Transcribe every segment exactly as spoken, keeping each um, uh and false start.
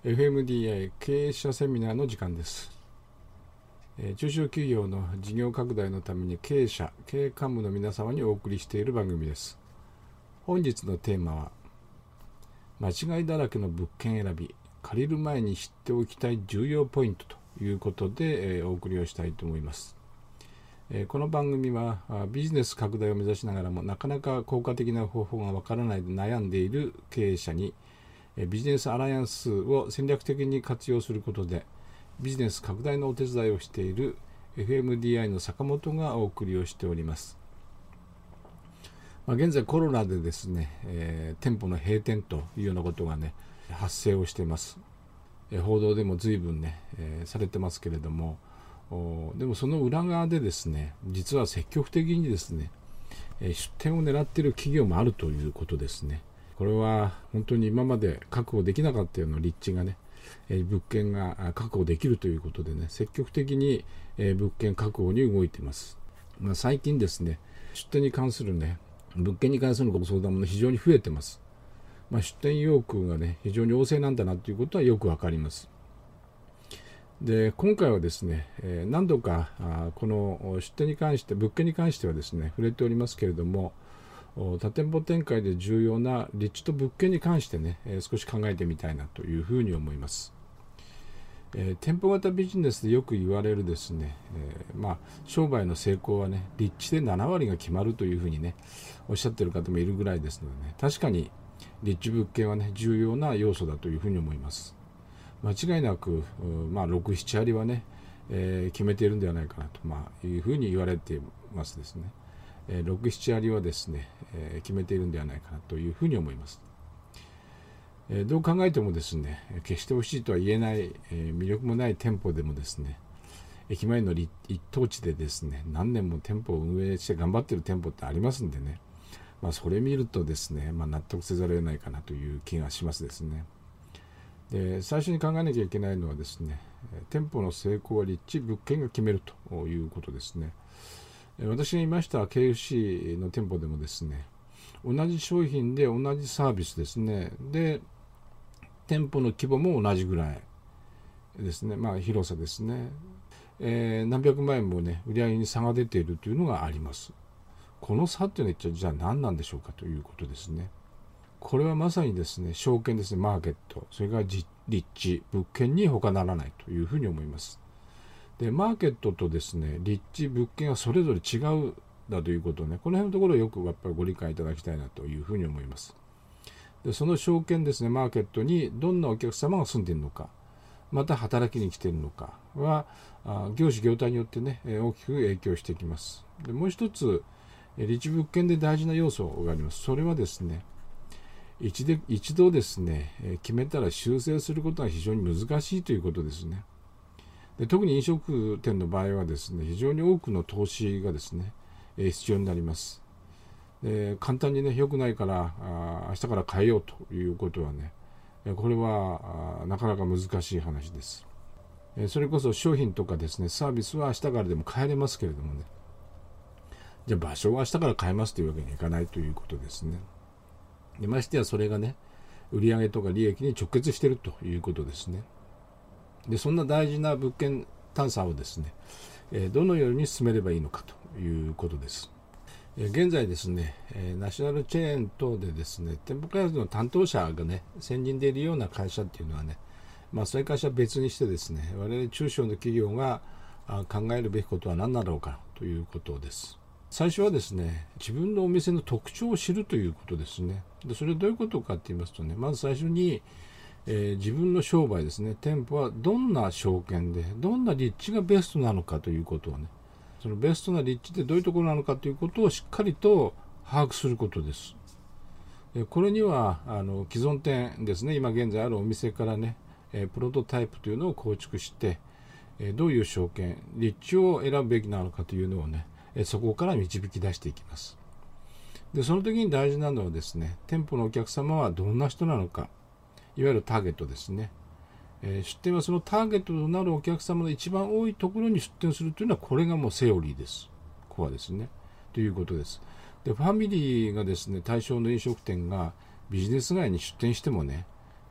エフエムディーアイ 経営者セミナーの時間です。えー、中小企業の事業拡大のために経営者、経営幹部の皆様にお送りしている番組です。本日のテーマは、間違いだらけの物件選び、借りる前に知っておきたい重要ポイントということで、えー、お送りをしたいと思います。えー、この番組はビジネス拡大を目指しながらもなかなか効果的な方法がわからないで悩んでいる経営者に、ビジネスアライアンスを戦略的に活用することでビジネス拡大のお手伝いをしている エフエムディーアイ の坂本がお送りをしております。まあ、現在コロナでですね、えー、店舗の閉店というようなことがね発生をしています。えー、報道でも随分ね、えー、されてますけれども、でもその裏側でですね、実は積極的にですね、えー、出店を狙っている企業もあるということですね。これは本当に今まで確保できなかったような立地がね、物件が確保できるということでね、積極的に物件確保に動いています。まあ、最近ですね、出店に関するね、物件に関するご相談も非常に増えてます。まあ、出店要求がね、非常に旺盛なんだなということはよくわかります。で、今回はですね、何度かこの出店に関して、物件に関してはですね、触れておりますけれども、多店舗展開で重要な立地と物件に関してね、えー、少し考えてみたいなというふうに思います。えー、店舗型ビジネスでよく言われるですね、えー、まあ商売の成功はね、立地でななわりが決まるというふうにねおっしゃっている方もいるぐらいですのでね、確かに立地物件はね重要な要素だというふうに思います。間違いなく、まあ、ろく、なな割はね、えー、決めているんではないかなと、まあ、いうふうに言われていますですね。ろく、なな割はですね、えー、決めているんではないかなというふうに思います。えー、どう考えてもですね、決して欲しいとは言えない、えー、魅力もない店舗でもですね、駅前の一等地でですね、何年も店舗を運営して頑張っている店舗ってありますんでね、まあ、それ見るとですね、まあ、納得せざるを得ないかなという気がしますですね。で、最初に考えなきゃいけないのはですね、店舗の成功は立地、物件が決めるということですね。私がいました ケーエフシー の店舗でもですね、同じ商品で同じサービスですね、で店舗の規模も同じぐらいですね、まあ広さですね、えー、何百万円もね売り上げに差が出ているというのがあります。この差っていうのはじゃあ何なんでしょうかということですね。これはまさにですね、証券ですね、マーケット、それから立地、物件に他ならないというふうに思います。で、マーケットとですね、立地、物件はそれぞれ違うだということをね、この辺のところをよくやっぱりご理解いただきたいなというふうに思います。で、その証券ですね、マーケットにどんなお客様が住んでいるのか、また働きに来ているのかは、業種業態によってね、大きく影響してきます。で、もう一つ、立地物件で大事な要素があります。それはですね、一で一度ですね、決めたら修正することが非常に難しいということですね。で、特に飲食店の場合はですね、非常に多くの投資がですね、必要になります。で、簡単にね、良くないからあ明日から変えようということはね、これはなかなか難しい話です。それこそ商品とかですね、サービスは明日からでも変えれますけれどもね、じゃあ場所は明日から変えますというわけにはいかないということですね。で、ましてやそれがね、売上とか利益に直結しているということですね。で、そんな大事な物件探査をですね、どのように進めればいいのかということです。現在ですね、ナショナルチェーン等でですね、店舗開発の担当者がね、専任でいるような会社っていうのはね、まあそういう会社は別にしてですね、我々中小の企業が考えるべきことは何だろうかということです。最初はですね、自分のお店の特徴を知るということですね。で、それはどういうことかって言いますとね、まず最初に、えー、自分の商売ですね、店舗はどんな証券で、どんな立地がベストなのかということをね、そのベストな立地ってどういうところなのかということをしっかりと把握することです。これにはあの既存店ですね、今現在あるお店からね、プロトタイプというのを構築して、どういう証券、立地を選ぶべきなのかというのをね、そこから導き出していきます。で、その時に大事なのはですね、店舗のお客様はどんな人なのか、いわゆるターゲットですね。えー、出店はそのターゲットとなるお客様の一番多いところに出店するというのは、これがもうセオリーです。コアですね。ということです。で、ファミリーがですね、対象の飲食店がビジネス街に出店してもね、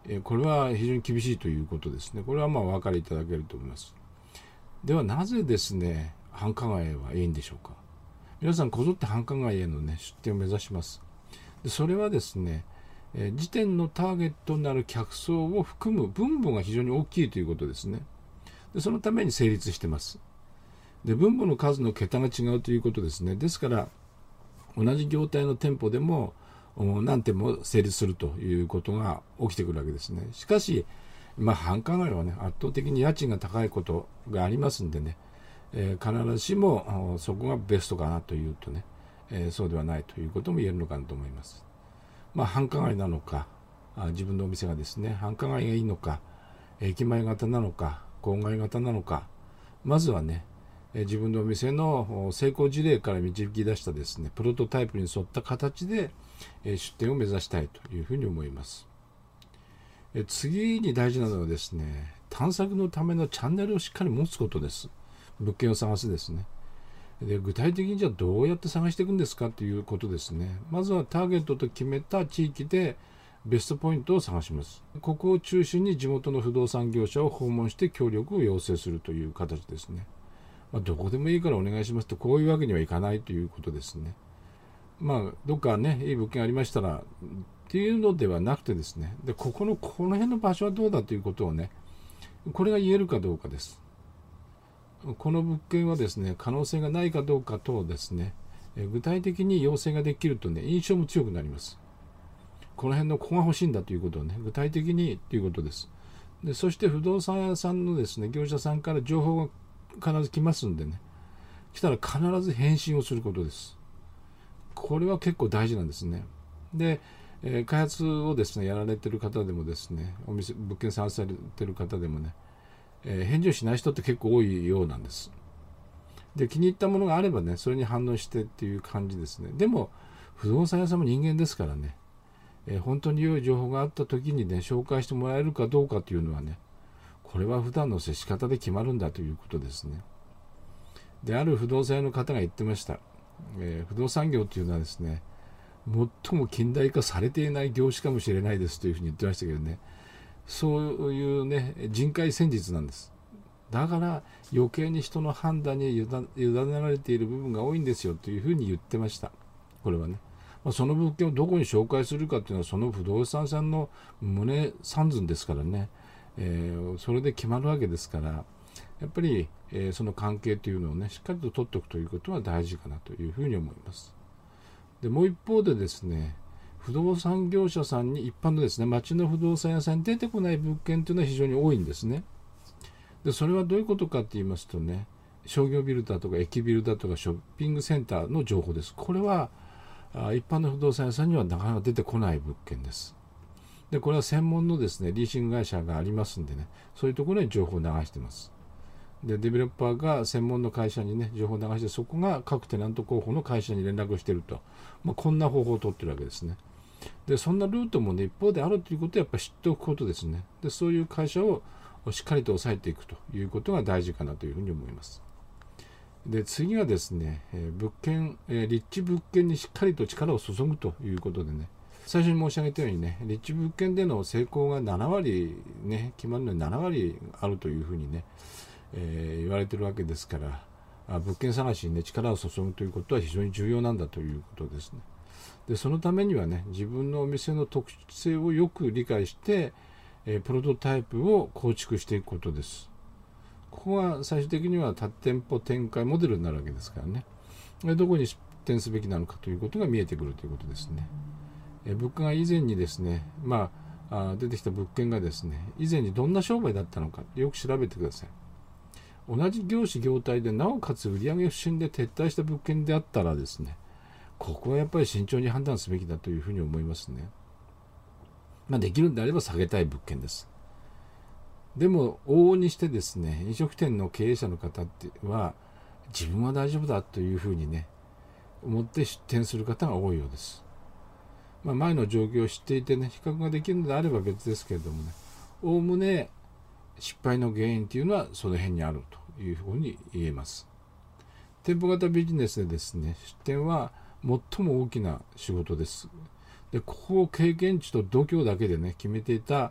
えこれは非常に厳しいということですね。これはまあお分かりいただけると思います。ではなぜですね繁華街はいいんでしょうか。皆さんこぞって繁華街への、ね、出店を目指します。でそれはですね、えー、時点のターゲットになる客層を含む分母が非常に大きいということですね。でそのために成立してます。で分母の数の桁が違うということですね。ですから同じ業態の店舗でも何店も成立するということが起きてくるわけですね。しかし、まあ、繁華街はね圧倒的に家賃が高いことがありますんでね、えー、必ずしもそこがベストかなというとね、えー、そうではないということも言えるのかなと思います。まあ、繁華街なのか、あ自分のお店がですね繁華街がいいのか、駅前型なのか郊外型なのか、まずはね自分のお店の成功事例から導き出したですねプロトタイプに沿った形で出店を目指したいというふうに思います。次に大事なのはですね探索のためのチャンネルをしっかり持つことです。物件を探すですね。で具体的にじゃあどうやって探していくんですかということですね。まずはターゲットと決めた地域でベストポイントを探します。ここを中心に地元の不動産業者を訪問して協力を要請するという形ですね。まあ、どこでもいいからお願いしますとこういうわけにはいかないということですね。まあどっかねいい物件ありましたらっていうのではなくてですね、でここのこの辺の場所はどうだということをねこれが言えるかどうかです。この物件はですね可能性がないかどうかとですね具体的に要請ができるとね印象も強くなります。この辺のここが欲しいんだということをね具体的にということです。でそして不動産屋さんのですね業者さんから情報が必ず来ますんでね、来たら必ず返信をすることです。これは結構大事なんですね。で、えー、開発をですねやられてる方でもですねお店物件探されてる方でもね、えー、返事をしない人って結構多いようなんです。で気に入ったものがあればねそれに反応してっていう感じですね。でも不動産屋さんも人間ですからね、えー、本当に良い情報があった時にね紹介してもらえるかどうかというのはねこれは普段の接し方で決まるんだということですね。である不動産屋の方が言ってました。えー、不動産業というのはですね最も近代化されていない業種かもしれないですというふうに言ってましたけどね、そういうね人海戦術なんです。だから余計に人の判断に委ねられている部分が多いんですよというふうに言ってました。これはね、まあ、その物件をどこに紹介するかというのはその不動産さんの胸三寸ですからね、えー、それで決まるわけですからやっぱり、えー、その関係というのをねしっかりと取っておくということは大事かなというふうに思います。でもう一方でですね不動産業者さんに一般のですね町の不動産屋さんに出てこない物件というのは非常に多いんですね。でそれはどういうことかと言いますとね商業ビルだとか駅ビルだとかショッピングセンターの情報です。これは一般の不動産屋さんにはなかなか出てこない物件です。でこれは専門のですねリーシング会社がありますんでねそういうところに情報を流しています。でデベロッパーが専門の会社にね情報を流してそこが各テナント候補の会社に連絡をしていると、まあ、こんな方法を取ってるわけですね。でそんなルートもね一方であるということをやっぱり知っておくことですね。でそういう会社をしっかりと抑えていくということが大事かなというふうに思います。で次はですね、えー、物件、えー、立地物件にしっかりと力を注ぐということでね最初に申し上げたようにね立地物件での成功がななわりね決まるのにななわりあるというふうにねえー、言われてるわけですからあ物件探しに、ね、力を注ぐということは非常に重要なんだということですね。でそのためにはね自分のお店の特性をよく理解して、えー、プロトタイプを構築していくことです。ここが最終的には多店舗展開モデルになるわけですからねどこに出店すべきなのかということが見えてくるということですね。えー、物価が以前にですねまあ、あ出てきた物件がですね以前にどんな商売だったのかよく調べてください。同じ業種業態でなおかつ売上不振で撤退した物件であったらですねここはやっぱり慎重に判断すべきだというふうに思いますね。まあ、できるんであれば下げたい物件です。でも往々にしてですね飲食店の経営者の方っては自分は大丈夫だというふうにね思って出店する方が多いようです。まあ、前の状況を知っていてね比較ができるのであれば別ですけれどもねおおむね失敗の原因というのはその辺にあるというふうに言えます。店舗型ビジネスでですね出店は最も大きな仕事です。でここを経験値と度胸だけでね決めていた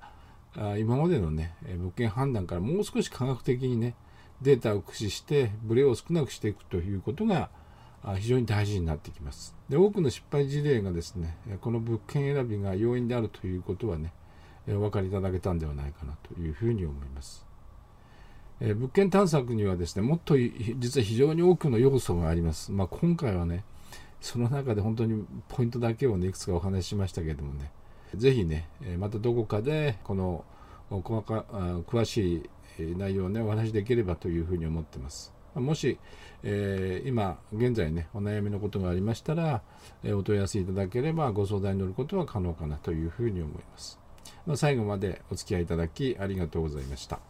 あ今までのね物件判断からもう少し科学的にねデータを駆使してブレを少なくしていくということが非常に大事になってきます。で、多くの失敗事例がですね、この物件選びが要因であるということはね、お分かりいただけたんではないかなというふうに思います。え物件探索にはですね、もっと実は非常に多くの要素があります。まあ、今回はね、その中で本当にポイントだけをね、いくつかお話ししましたけれどもね、ぜひね、またどこかでこの細か詳しい内容をね、お話しできればというふうに思っています。もし、えー、今現在ねお悩みのことがありましたら、えー、お問い合わせいただければご相談に乗ることは可能かなというふうに思います。まあ、最後までお付き合いいただきありがとうございました。